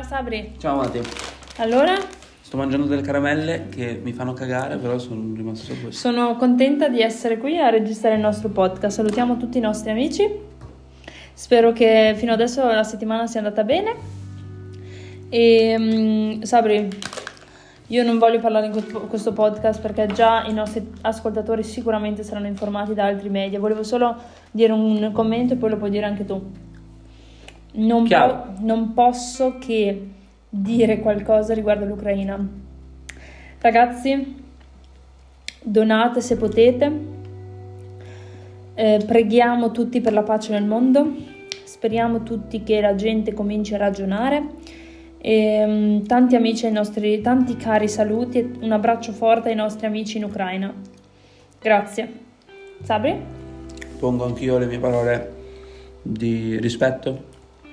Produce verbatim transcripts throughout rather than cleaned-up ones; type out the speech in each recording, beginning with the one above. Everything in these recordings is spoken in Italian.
Sabri. Ciao Mati. Allora? Sto mangiando delle caramelle che mi fanno cagare, però sono rimasto su questo. Sono contenta di essere qui a registrare il nostro podcast. Salutiamo tutti i nostri amici. Spero che fino adesso la settimana sia andata bene. E um, Sabri, io non voglio parlare in questo podcast perché già i nostri ascoltatori sicuramente saranno informati da altri media. Volevo solo dire un commento e poi lo puoi dire anche tu. Non, po- non posso che dire qualcosa riguardo l'Ucraina. Ragazzi, donate se potete, eh, preghiamo tutti per la pace nel mondo, speriamo tutti che la gente cominci a ragionare e, um, tanti amici ai nostri, tanti cari saluti e un abbraccio forte ai nostri amici in Ucraina. Grazie. Sabri? Pongo anch'io le mie parole di rispetto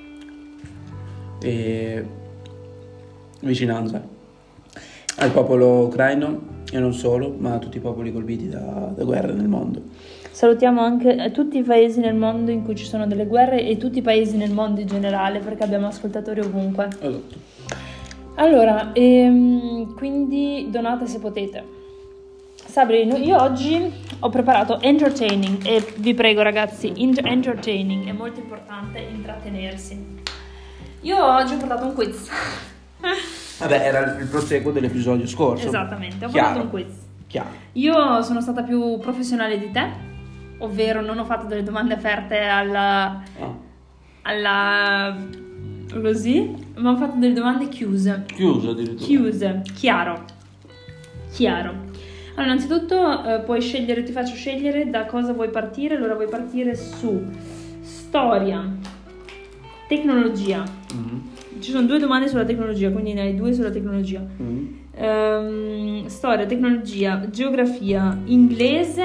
e vicinanza al popolo ucraino e non solo, ma a tutti i popoli colpiti da, da guerre nel mondo. Salutiamo anche tutti i paesi nel mondo in cui ci sono delle guerre e tutti i paesi nel mondo in generale, perché abbiamo ascoltatori ovunque. Esatto. Allora, ehm, quindi donate se potete. Sabri, io oggi ho preparato entertaining e vi prego ragazzi, entertaining è molto importante, intrattenersi. Io oggi ho portato un quiz. Vabbè, era il proseguo dell'episodio scorso. Esattamente, ho Chiaro. portato un quiz. Chiaro. Io sono stata più professionale di te, ovvero non ho fatto delle domande aperte alla... Oh. alla... così, ma ho fatto delle domande chiuse. Chiuse addirittura. Chiuse, chiaro. Chiaro. Allora, innanzitutto eh, puoi scegliere, ti faccio scegliere da cosa vuoi partire. Allora vuoi partire su storia, tecnologia. Mm-hmm. Ci sono due domande sulla tecnologia, quindi ne hai due sulla tecnologia. Mm-hmm. Um, storia, tecnologia, geografia, inglese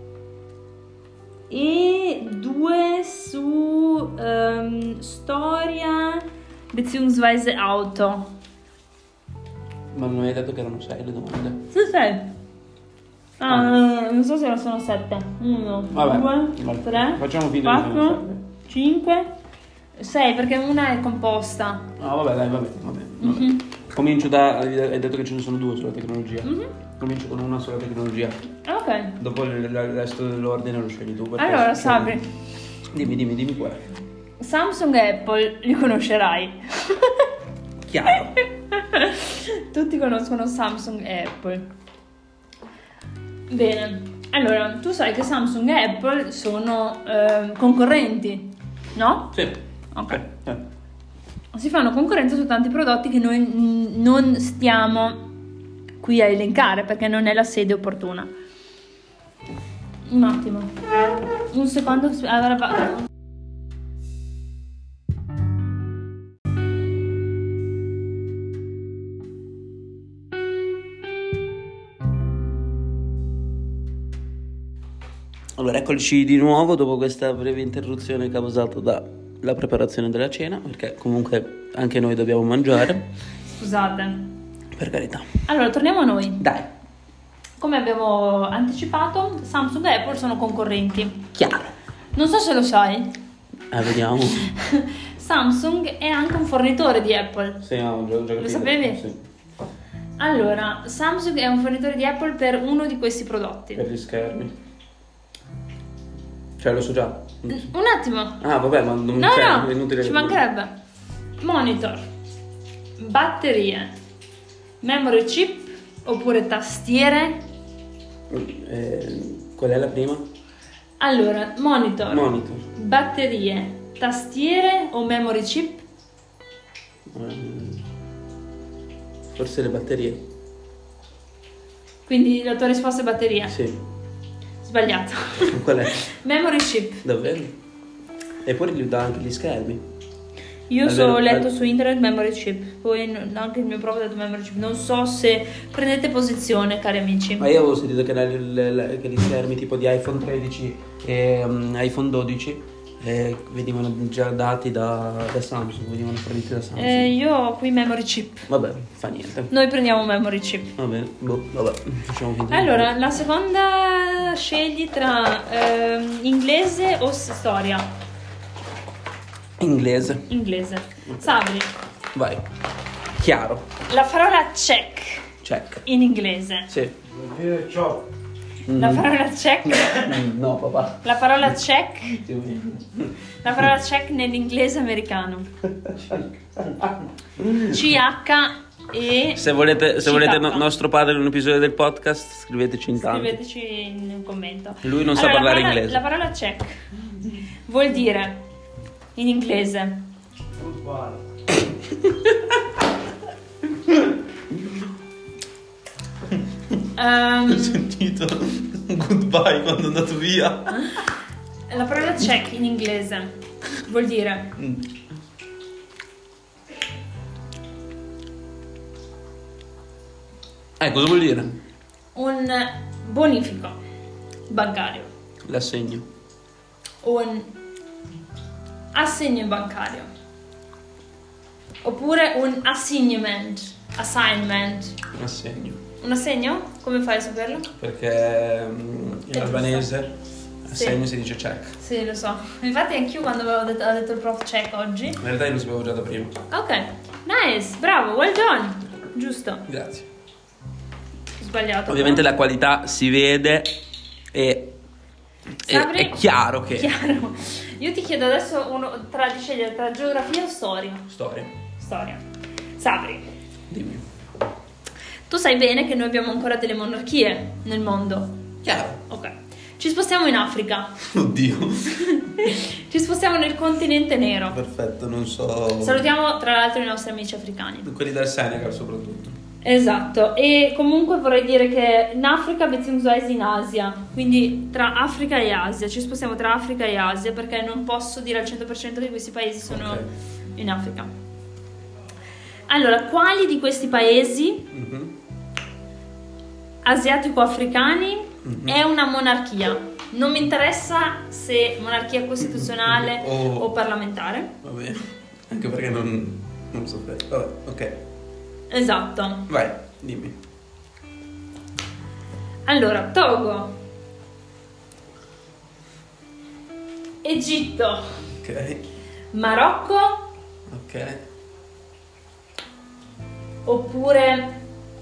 e due su um, storia beziehungsweise auto. Ma non hai detto che erano sei le domande? Sì, sei. Ah, ah. Non so se sono sette. Uno, Vabbè, due, vabbè. tre, Facciamo finta quattro, cinque, sei, perché una è composta. No, vabbè, dai, vabbè, vabbè. vabbè. Mm-hmm. Comincio da... hai detto che ce ne sono due sulla tecnologia. Mm-hmm. Comincio con una sulla tecnologia. Ok. Dopo il, il resto dell'ordine lo scegli tu. Allora, Sabri. Dimmi, dimmi, dimmi pure. Samsung e Apple li conoscerai. Chiaro. Tutti conoscono Samsung e Apple. Bene. Allora, tu sai che Samsung e Apple sono eh, concorrenti, no? Sì. Ok. Eh. Si fanno concorrenza su tanti prodotti che noi n- non stiamo qui a elencare perché non è la sede opportuna. Un attimo. Un secondo. Allora, Allora, eccoci di nuovo dopo questa breve interruzione causata dalla preparazione della cena, perché comunque anche noi dobbiamo mangiare. Scusate. Per carità. Allora, torniamo a noi. Dai. Come abbiamo anticipato, Samsung e Apple sono concorrenti. Chiaro. Non so se lo sai. Ah, vediamo. Samsung è anche un fornitore di Apple. Sì, no, già, già Lo sapevi? Sì. Allora, Samsung è un fornitore di Apple per uno di questi prodotti. Per gli schermi. Cioè, lo so già. Un attimo. Ah, vabbè, ma non No, c'è, no, è inutile. ci mancherebbe. Monitor, batterie, memory chip oppure tastiere. Eh, qual è la prima? Allora, monitor, Monitor. batterie, tastiere o memory chip? Eh, forse le batterie. Quindi la tua risposta è batteria? Sì. Sbagliato. Qual è? Memory chip. Davvero? E poi gli dà anche gli schermi. Io Allora, so, ho letto al- su internet memory chip, poi n- anche il mio proprio ha detto memory chip. Non so se prendete posizione, cari amici. Ma io avevo sentito che, le- le- le- che gli schermi tipo di iPhone tredici e um, iPhone dodici eh, venivano già dati da, da Samsung, venivano forniti da Samsung. Eh, io ho qui memory chip. Vabbè, fa niente. Noi prendiamo memory chip. Va bene, boh, vabbè, facciamo finta. Allora, la seconda scegli tra ehm, inglese o s- storia? Inglese. Inglese. Sabri, Vai. Chiaro. La parola check Check. in inglese. Sì. Vuol dire ciò. La parola check. Mm, no, papà. La parola check. La parola check nell'inglese americano. C H E. Se volete, se C K. volete no- nostro padre in un episodio del podcast, scriveteci in tanti. Scriveteci in un commento. Lui non sa Allora, parlare la parola, inglese. La parola check vuol dire in inglese Football. ehm, Ho sentito un goodbye quando è andato via. la parola check in inglese vuol dire Mm. Eh, cosa vuol dire? un bonifico bancario, L'assegno. un assegno bancario, oppure un assignment, assignment. Un assegno. Un assegno? Come fai a saperlo? Perché mm, in Eh, albanese Sì. assegno si dice check. Sì, lo so. Infatti anch'io quando avevo detto, ha detto il prof check oggi. In realtà io lo sapevo già da prima. Ok, nice, bravo, well done. Giusto, Grazie. sbagliato. Ovviamente però. la qualità si vede e, e- Sabri? è chiaro che... Chiaro. Io ti chiedo adesso uno tra, di scegliere tra geografia o storia. Storia. Storia. Sabri, Dimmi. tu sai bene che noi abbiamo ancora delle monarchie nel mondo. Chiaro. Ok. Ci spostiamo in Africa. Oddio. Ci spostiamo nel continente nero. Perfetto, non so... Salutiamo tra l'altro i nostri amici africani. Quelli del Senegal soprattutto. Esatto, e comunque vorrei dire che in Africa beziehungsweise in Asia, quindi tra Africa e Asia, ci spostiamo tra Africa e Asia perché non posso dire al cento per cento che questi paesi sono Ok. in Africa. Allora, quali di questi paesi Mhm. asiatico-africani Mhm. è una monarchia? Non mi interessa se monarchia costituzionale Oh. o parlamentare. Va bene. Anche perché non, non so bene. Vabbè, ok. Esatto. Vai, dimmi. Allora, Togo, Egitto, Ok. Marocco Ok. oppure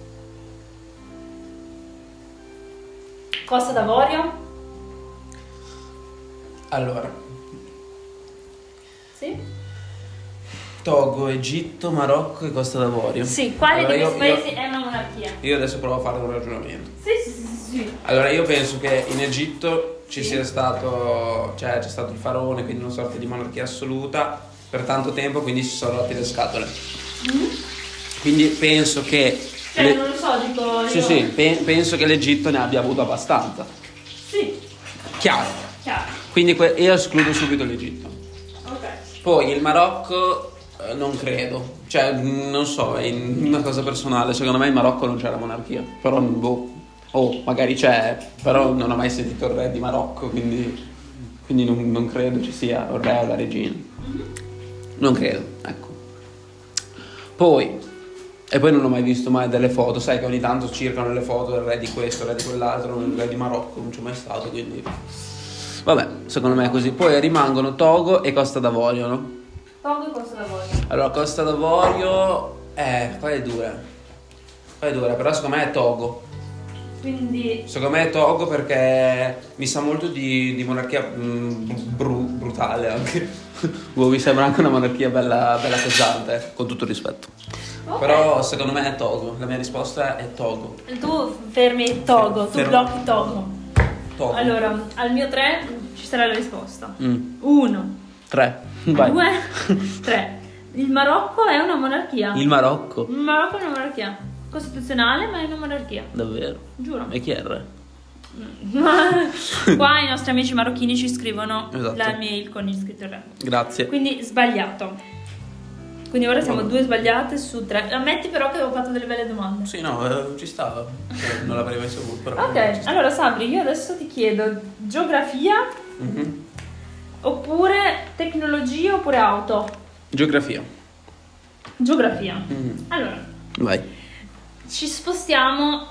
Costa d'Avorio? Allora, Sì? Togo, Egitto, Marocco e Costa d'Avorio. Sì, quale Allora, di io- questi io- paesi è una monarchia? Io adesso provo a fare un ragionamento. Sì, sì, sì, sì, sì. Allora, io penso che in Egitto ci Sì. sia stato, cioè c'è stato il faraone, quindi una sorta di monarchia assoluta per tanto tempo, quindi si sono rotti le scatole. Mm? Quindi penso che Cioè, le- non lo so, dico sì, io. sì, pe- penso che l'Egitto ne abbia avuto abbastanza. Sì, Chiaro. chiaro. Quindi que- io escludo subito l'Egitto. Ok. Poi il Marocco eh, non credo. Cioè, mh, non so, è in- una cosa personale. Secondo me in Marocco non c'è la monarchia. Però boh. Oh, magari c'è, però non ho mai sentito il re di Marocco, quindi, quindi non, non credo ci sia il re o la regina. Non credo, ecco. Poi, e poi non ho mai visto mai delle foto, sai che ogni tanto circolano le foto del re di questo, il re di quell'altro, il re di Marocco, non c'è mai stato, quindi... Vabbè, secondo me è così. Poi rimangono Togo e Costa d'Avorio, no? Togo e Costa d'Avorio. Allora, Costa d'Avorio... Eh, qua è dura. Qua è dura, però secondo me è Togo. Quindi Secondo me è Togo perché mi sa molto di, di monarchia mh, bru- brutale anche. Boh, mi sembra anche una monarchia bella, bella pesante, eh, con tutto il rispetto. ok. Però secondo me è Togo, la mia risposta è Togo. Tu fermi Togo, tu Fermo. blocchi Togo. Togo. Allora, al mio tre ci sarà la risposta. Mm, Uno, tre. Vai. due, tre. Il Marocco è una monarchia. Il Marocco. Il Marocco è una monarchia. Costituzionale, ma è una monarchia. Davvero? Giuro. E chi è il re? Qua i nostri amici marocchini ci scrivono Esatto. la mail con il scritto re. Grazie. Quindi sbagliato. Quindi ora siamo Vabbè. due sbagliate su tre. Ammetti però che avevo fatto delle belle domande. Sì, no, eh, ci stava. Cioè, non l'avrei mai saputo, però. Ok, allora Sabri, io adesso ti chiedo geografia Mhm. oppure tecnologia oppure auto? Geografia. Geografia. Mhm. Allora, Vai. ci spostiamo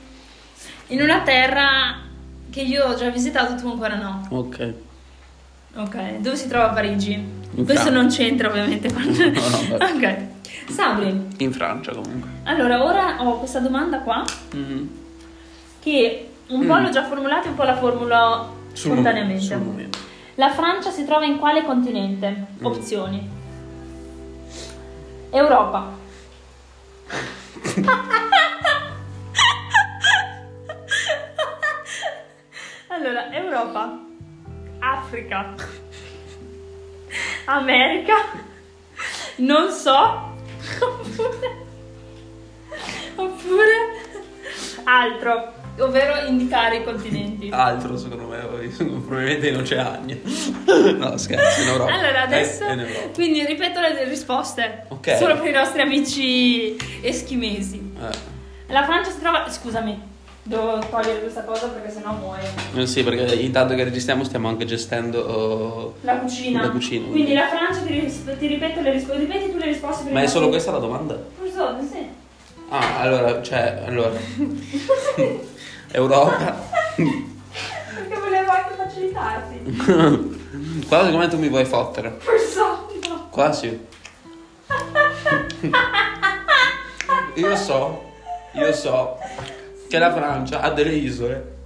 in una terra che io ho già visitato, tu ancora no. Ok. Ok, dove si trova Parigi? In Questo Francia. non c'entra ovviamente con... No, no, vabbè. Ok, Sabri, In Francia comunque. allora ora ho questa domanda qua Mhm. che un po' Mm. l'ho già formulata e un po' la formulo Sul spontaneamente. sul momento. La Francia si trova in quale continente? Mm. Opzioni. Europa. Allora, Europa, Africa, America, non so, oppure, oppure altro, ovvero indicare i continenti. Altro secondo me, probabilmente in Oceania. No, scherzo, in Europa. Allora adesso, È- è in Europa. quindi ripeto le risposte, Ok. solo per i nostri amici eschimesi. Eh. La Francia si trova, scusami, devo togliere questa cosa perché sennò muoio. Eh sì, perché intanto che registriamo stiamo anche gestendo oh, La cucina. la cucina. Quindi la Francia, ti, ris- ti ripeto le risposte, ripeti tu le risposte per Ma i è solo nostri- questa la domanda? Questo, sì. Ah, allora, cioè, allora Europa. Perché volevo anche facilitarti. Qua secondo me tu mi vuoi fottere. Questo, no. Qua sì. Io so, io so che la Francia ha delle isole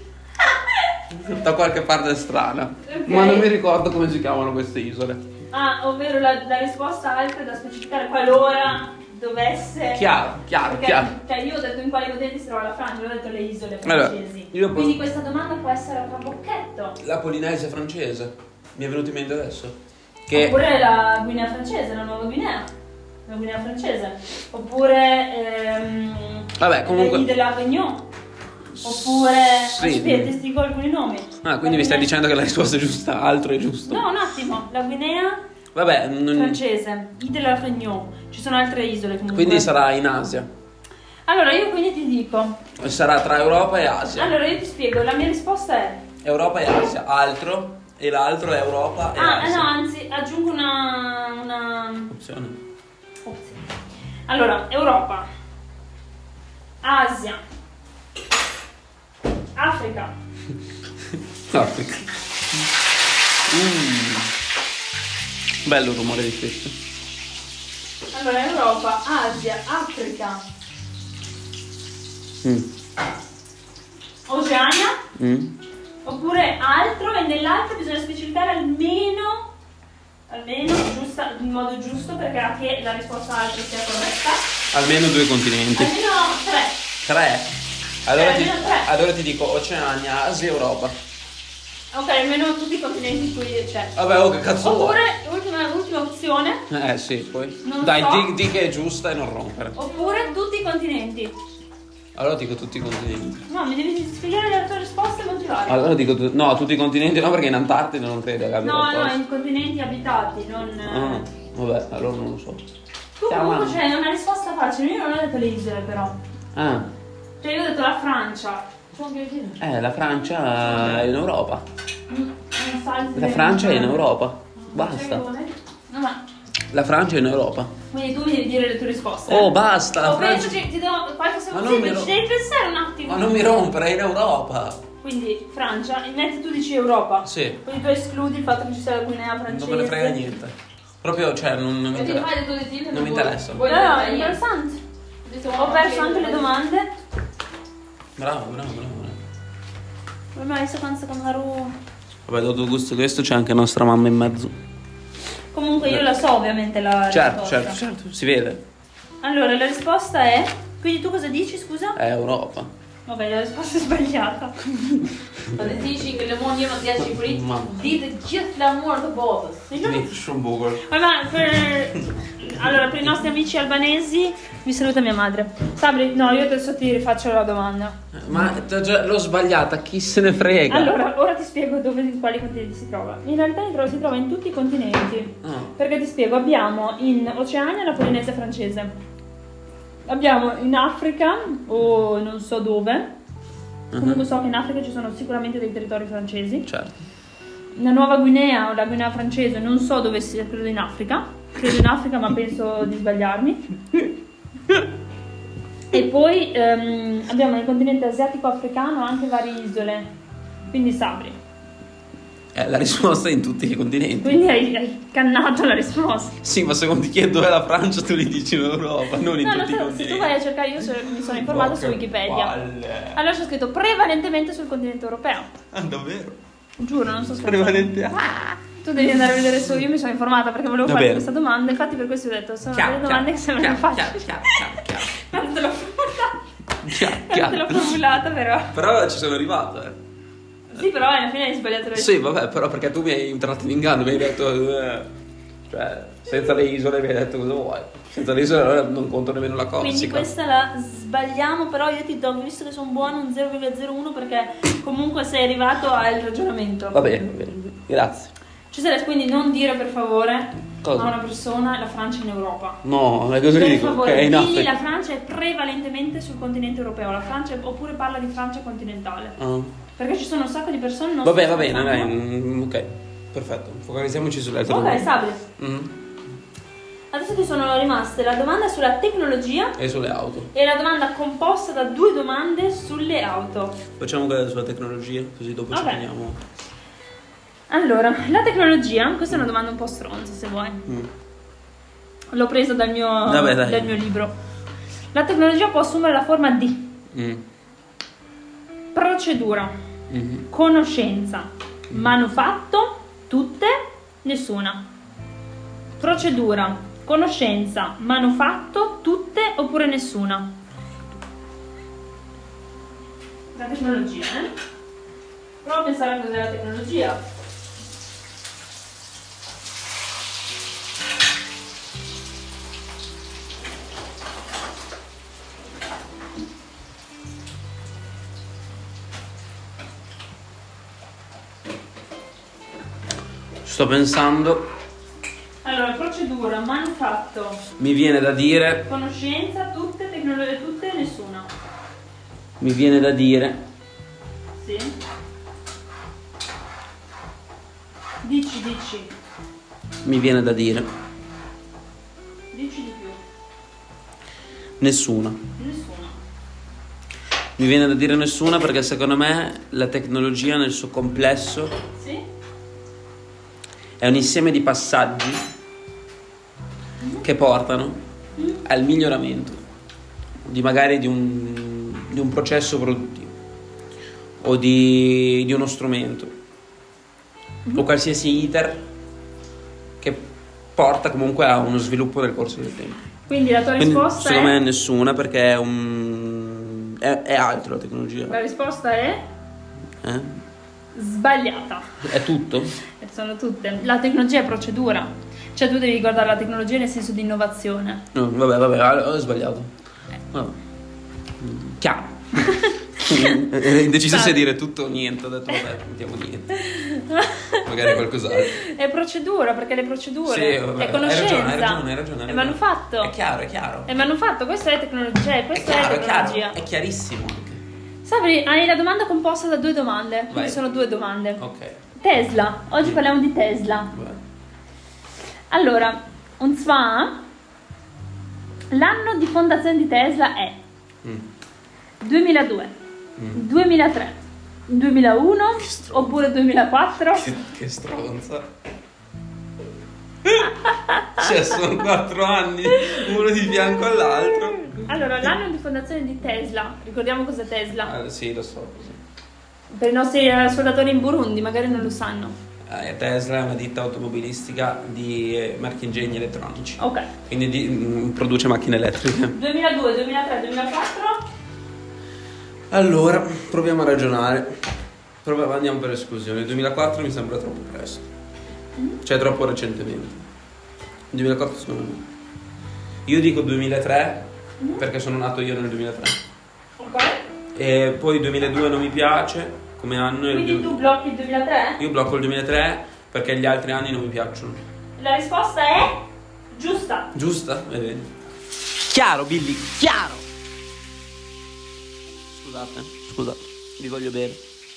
da qualche parte strana, Ok. ma non mi ricordo come si chiamano queste isole. Ah, ovvero la, la risposta altra è da specificare qualora dovesse... Chiaro, chiaro, Perché, chiaro. cioè io ho detto in quali continenti si trova la Francia, io ho detto le isole Allora, francesi. io posso- Quindi questa domanda può essere un trabocchetto. La Polinesia francese, mi è venuto in mente adesso. Che Oppure la Guinea francese, la Nuova Guinea. La Guinea francese. Oppure ehm, Vabbè, comunque- le Île de la Réunion. Oppure Sì. aspetta, ti dico alcuni nomi. Ah, quindi La mi stai Guinea- dicendo che la risposta è giusta, altro è giusto. No, un attimo, la Guinea Vabbè, non- francese, Île de la Réunion. Ci sono altre isole comunque. quindi sarà in Asia. Allora io quindi ti dico. Sarà tra Europa e Asia. Allora io ti spiego, la mia risposta è. Europa e Asia, altro e l'altro è Europa e Ah, eh Asia. no, anzi, aggiungo una. una Opzione. opzione. Allora, Europa, Asia, Africa. Africa. Mm. Bello il rumore di questo. Allora, Europa, Asia, Africa, Mm. Oceania, Mm. oppure altro, e nell'altro bisogna specificare almeno, almeno giusta, in modo giusto, perché anche la risposta altro sia corretta, Almeno due continenti. almeno tre. Tre. Allora Eh, ti, almeno tre. allora ti dico Oceania, Asia, Europa. Ok, almeno tutti i continenti in cui c'è. Vabbè, oh che cazzo vuoi? Oppure, ultima, ultima opzione, Eh sì, poi. Non Dai, so. di, di che è giusta e non rompere. oppure tutti i continenti. Allora dico tutti i continenti. No, mi devi spiegare la tua risposta e motivare. Allora dico tu- no, tutti i continenti no, perché in Antartide non credo che abbia No, no, qualcosa. in continenti abitati, non... Ah, vabbè, allora non lo so. Tu Siamo comunque a- c'è una risposta facile, io non ho detto le isole però. Ah, Cioè io ho detto la Francia. C'ho anche dire. eh, la Francia è in Europa. Mm, non salti La le- Francia è in Europa. Basta. No, ma La Francia è in Europa. quindi tu mi devi dire le tue risposte. Oh, basta, la Oh, Francia. pensaci, ti do qualche Ma secondo. non Sì, mi ma ro- ci devi pensare un attimo. Ma non mi rompere, è in Europa. Quindi Francia, in mezzo tu dici Europa. Sì. Quindi tu escludi il fatto che ci sia la Guinea francese. Non me ne frega niente. Proprio, cioè, non, non mi Perché interessa. fai le tue dettive? Non mi interessa. No, no, è interessante. Ho perso anche le domande. Bravo, bravo, bravo. Ormai secondo secondo ru. Vabbè, dato gusto questo c'è anche nostra mamma in mezzo. Comunque io la so ovviamente la Certo, risposta. certo, certo, si vede. Allora la risposta è. Quindi tu cosa dici, scusa? È Europa. Vabbè, la risposta è sbagliata. Maar dan zie je que le monde iemand die je vriend, Man. die de gift l'amour de boven. Ma per... Allora, per i nostri amici albanesi, mi saluta mia madre. Sabri, no, io adesso ti rifaccio la domanda. Ma t'ho già- l'ho sbagliata, chi se ne frega? Allora, ora ti spiego dove, in quali continenti si trova. In realtà si trova, si trova in tutti i continenti. Ah. Perché ti spiego, abbiamo in Oceania la Polinesia francese. Abbiamo in Africa, o non so dove. Comunque so che in Africa ci sono sicuramente dei territori francesi. Certo. La Nuova Guinea o la Guinea francese, non so dove sia, credo in Africa. Credo in Africa, ma penso di sbagliarmi. E poi ehm, abbiamo nel continente asiatico-africano anche varie isole. Quindi Sabri. Eh, la risposta è in tutti i continenti. Quindi hai, hai cannato la risposta. Sì, ma se ti chiedo dov'è la Francia, tu li dici in Europa, non in No, tutti i no, se, continenti. se tu vai a cercare, io so- mi sono informata su Wikipedia. Palle. Allora c'è scritto prevalentemente sul continente europeo. Ah, davvero? Giuro, non so scherzando. Prevalente. Ah. Tu devi andare a vedere su, io mi sono informata perché volevo Va fare bene. questa domanda, infatti per questo ho detto, sono Chiaro, delle domande chiaro, che sembrano chiaro, facili. chiaro, chiaro, chiaro. Non te l'ho formulata. Chiaro, Non te l'ho chiaro. formulata però. Però ci sono arrivato, eh. Sì, però alla fine hai sbagliato la Sì, vabbè, però perché tu mi hai tratto in inganno, mi hai detto... eh, cioè, senza le isole mi hai detto cosa vuoi. Senza le isole allora non conto nemmeno la Corsica. Quindi questa la sbagliamo, però io ti do, visto che sono buono, un zero virgola zero uno perché comunque sei arrivato al ragionamento. Va bene, va bene. Grazie. Ci sarei, quindi non dire per favore Cosa? a una persona la Francia in Europa. No, non è così Per dico. favore, Ok, in digli Africa. la Francia è prevalentemente sul continente europeo, la Francia è- oppure parla di Francia continentale. Ah. Perché ci sono un sacco di persone non Vabbè, so va se bene, lo dai. sanno. mm, Ok, perfetto. Focalizziamoci sulle altre Ok, domande. Sabri. Mm. Adesso ti sono rimaste la domanda sulla tecnologia E sulle auto. e la domanda composta da due domande sulle auto. Facciamo quella sulla tecnologia, così dopo ci Ok. vediamo. Allora, la tecnologia, questa è una domanda un po' stronza se vuoi. Mm. L'ho presa dal mio, Vabbè, dai. dal mio libro. La tecnologia può assumere la forma di Mm. procedura, Mhm. conoscenza, manufatto, tutte, nessuna. Procedura, conoscenza, manufatto, tutte oppure nessuna. La tecnologia, eh? Prova a pensare a cos'è la tecnologia. Sto pensando, Allora, procedura, manufatto, mi viene da dire, conoscenza, tutte, tecnologia, tutte, nessuna. mi viene da dire, Sì. Dici, dici, mi viene da dire, dici di più. nessuna. Nessuna. Mi viene da dire nessuna perché secondo me la tecnologia nel suo complesso Sì? è un insieme di passaggi che portano al miglioramento di magari di un, di un processo produttivo o di, di uno strumento o qualsiasi iter che porta comunque a uno sviluppo nel corso del tempo. Quindi la tua Quindi risposta secondo è... me è nessuna perché è un è, è altro la tecnologia. La risposta è Eh? sbagliata. È tutto? E sono tutte. La tecnologia è procedura. Cioè tu devi guardare la tecnologia nel senso di innovazione. No, vabbè, vabbè, ho sbagliato. Vabbè. Chiaro. Ero indeciso se Sai. dire tutto o niente, ho detto vabbè, mettiamo niente. Magari qualcos'altro. È procedura, perché le procedure Sì, vabbè, è hai conoscenza. ragione, hai ragione, hai ragione, hai È ragione. manufatto. È chiaro, è chiaro. È manufatto, questo è tecnologia, cioè, È questa è, chiaro, è tecnologia. chiaro, è chiarissimo anche. Sabri, hai la domanda composta da due domande. Quindi Vai. sono due domande. Ok. Tesla, oggi parliamo di Tesla. Vabbè. Allora, un zwar, l'anno di fondazione di Tesla è Mm. duemiladue, Mm. duemilatré, duemilauno Che stronzo. oppure duemilaquattro? Che, che stronza. Cioè, sono quattro anni, uno di fianco all'altro. Allora, l'anno di fondazione di Tesla, ricordiamo cos'è Tesla? Ah, sì, lo so. Sì. Per i nostri eh, ascoltatori in Burundi, magari non lo sanno. Eh, Tesla è una ditta automobilistica di eh, marchingegni elettronici. Ok. Quindi di- mm, produce macchine elettriche. duemiladue, duemilatré, duemilaquattro? Allora, proviamo a ragionare. Proviamo, andiamo per esclusione. Il duemilaquattro mi sembra troppo presto. Cioè troppo recentemente. Il duemilaquattro secondo me. Io dico duemilatré perché sono nato io nel duemilatré. Ok. E poi il duemiladue non mi piace come anno. e il Quindi du- tu blocchi il duemilatré? Io blocco il duemilatré perché gli altri anni non mi piacciono. La risposta è giusta. Giusta? È vero. Chiaro, Billy, chiaro. Scusate, scusate, vi voglio bene.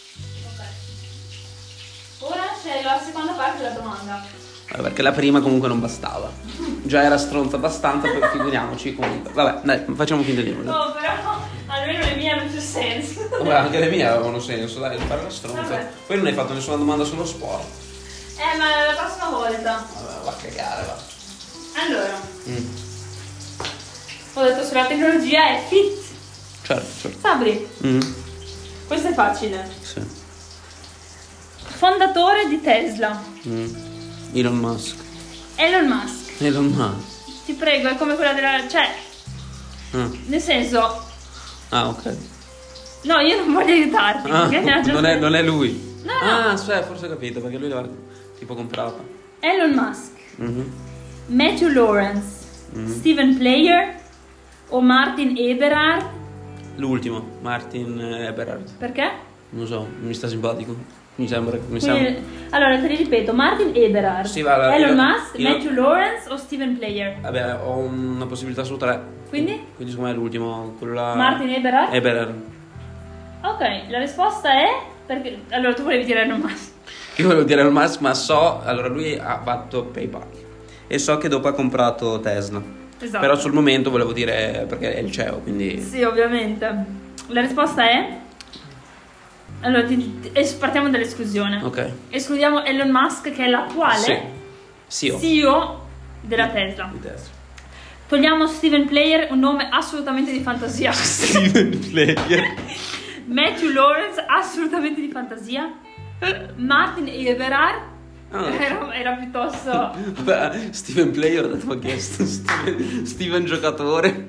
Ora c'è la seconda parte della domanda. Vabbè, perché la prima comunque non bastava. Già era stronza abbastanza, poi figuriamoci comunque. Vabbè, dai, facciamo finta di nulla. No, però almeno le mie hanno più senso. Vabbè, anche le mie avevano senso, dai, fare la stronza. Vabbè. Poi non hai fatto nessuna domanda sullo sport. Eh, ma la prossima volta. Vabbè, va a cagare, va. Allora, Mm. ho detto sulla tecnologia è fit. Certo, certo. Sabri, Mm. questo è facile. Sì. Fondatore di Tesla, Mm. Elon Musk. Elon Musk. Elon Musk. Ti prego, è come quella della... cioè, Ah, nel senso... ah ok. No, io non voglio aiutarti. Ah, perché ne ha già non, è, detto. non è lui. No, no. Ah, aspetta, forse ho capito, perché lui l'aveva tipo comprata. Elon Musk, Mhm. Matthew Lawrence, Mm. Steven Player o Martin Eberhard. L'ultimo, Martin Eberhard. Perché? Non so, mi sta simpatico. Mi sembra. Mi Quindi, sembra. allora, te li ripeto, Martin Eberhard, Sì, va, va, Elon io- Musk, io- Matthew Lawrence o Steven Player. Vabbè, ho una possibilità su tre. Quindi? Quindi secondo me è l'ultimo, quello là. Martin Eberhard? Eberhard. Ok, la risposta è... perché... Allora, tu volevi dire Elon Musk. Io volevo dire Elon Musk, ma so. Allora, lui ha fatto PayPal. E so che dopo ha comprato Tesla. Esatto. Però sul momento volevo dire. Perché è il C E O, quindi. Sì, ovviamente. La risposta è... Allora, ti- ti- es- partiamo dall'esclusione. Ok. Escludiamo Elon Musk, che è l'attuale Sì. Sì. C E O della Tesla. Di Tesla. Togliamo Steven Player, un nome assolutamente di fantasia. Steven Player. Matthew Lawrence, assolutamente di fantasia. Martin Eberhard Ah. era, era piuttosto... Vabbè, Steven Player, ho detto ma che è sto Steven, Steven giocatore.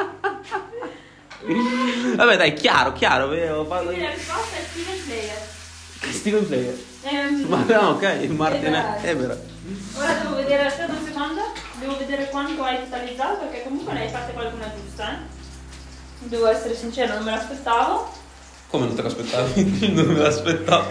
Vabbè dai, chiaro, chiaro. Ho fatto... Quindi la risposta è Steven Player. Steven Player. Ehm, Ma no, ok, Martin Eberhard. Eberhard. Ora devo vedere, aspetta un secondo, devo vedere quanto hai totalizzato perché comunque ne hai fatte qualcuna giusta, eh. Devo essere sincera, non me l'aspettavo. Come non te l'aspettavi? Non me l'aspettavo.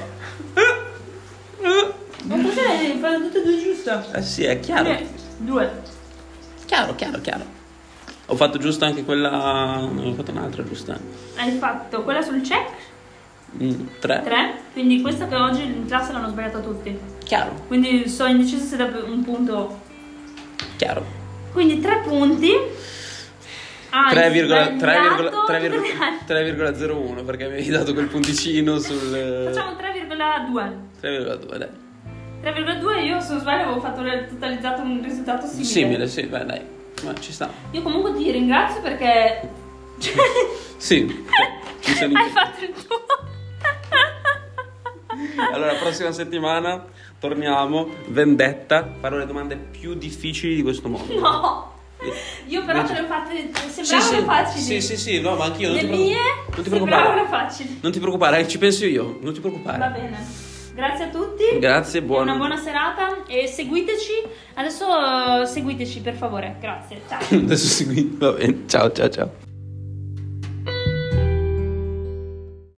Ma perché le hai fatte tutte e due giuste? Eh sì, è chiaro. Quindi, Due. Chiaro, chiaro, chiaro. Ho fatto giusto anche quella. Ne ho fatto un'altra giusta. Hai fatto quella sul check, Mm, tre. tre, quindi questa che oggi in classe l'hanno sbagliata tutti. Chiaro, Quindi sono indecisa se da un punto. chiaro. Quindi tre punti. Hai tre virgola sbagliato tutte le altre. tre virgola zero uno perché mi hai dato quel punticino sul. Facciamo tre virgola due. tre virgola due, dai. tre virgola due, io se non sbaglio avevo fatto totalizzato un risultato simile. Simile, sì, beh, dai. Ma ci sta. Io comunque ti ringrazio perché Sì. Ci sono hai fatto il tuo. Allora, la prossima settimana torniamo, vendetta, farò le domande più difficili di questo mondo. No. Io però te le ho fatte, Sì, sembravano sì, facili. sì, sì, sì, no, ma anch'io non Le ti preoccupare. mie Non ti sembravano preoccupare. facili. Non ti preoccupare, eh, ci penso io, non ti preoccupare. Va bene. Grazie a tutti. Grazie, buona. Una buona serata e seguiteci. Adesso eh, seguiteci per favore. Grazie. Ciao. Adesso segui. Va bene. Ciao, ciao, ciao.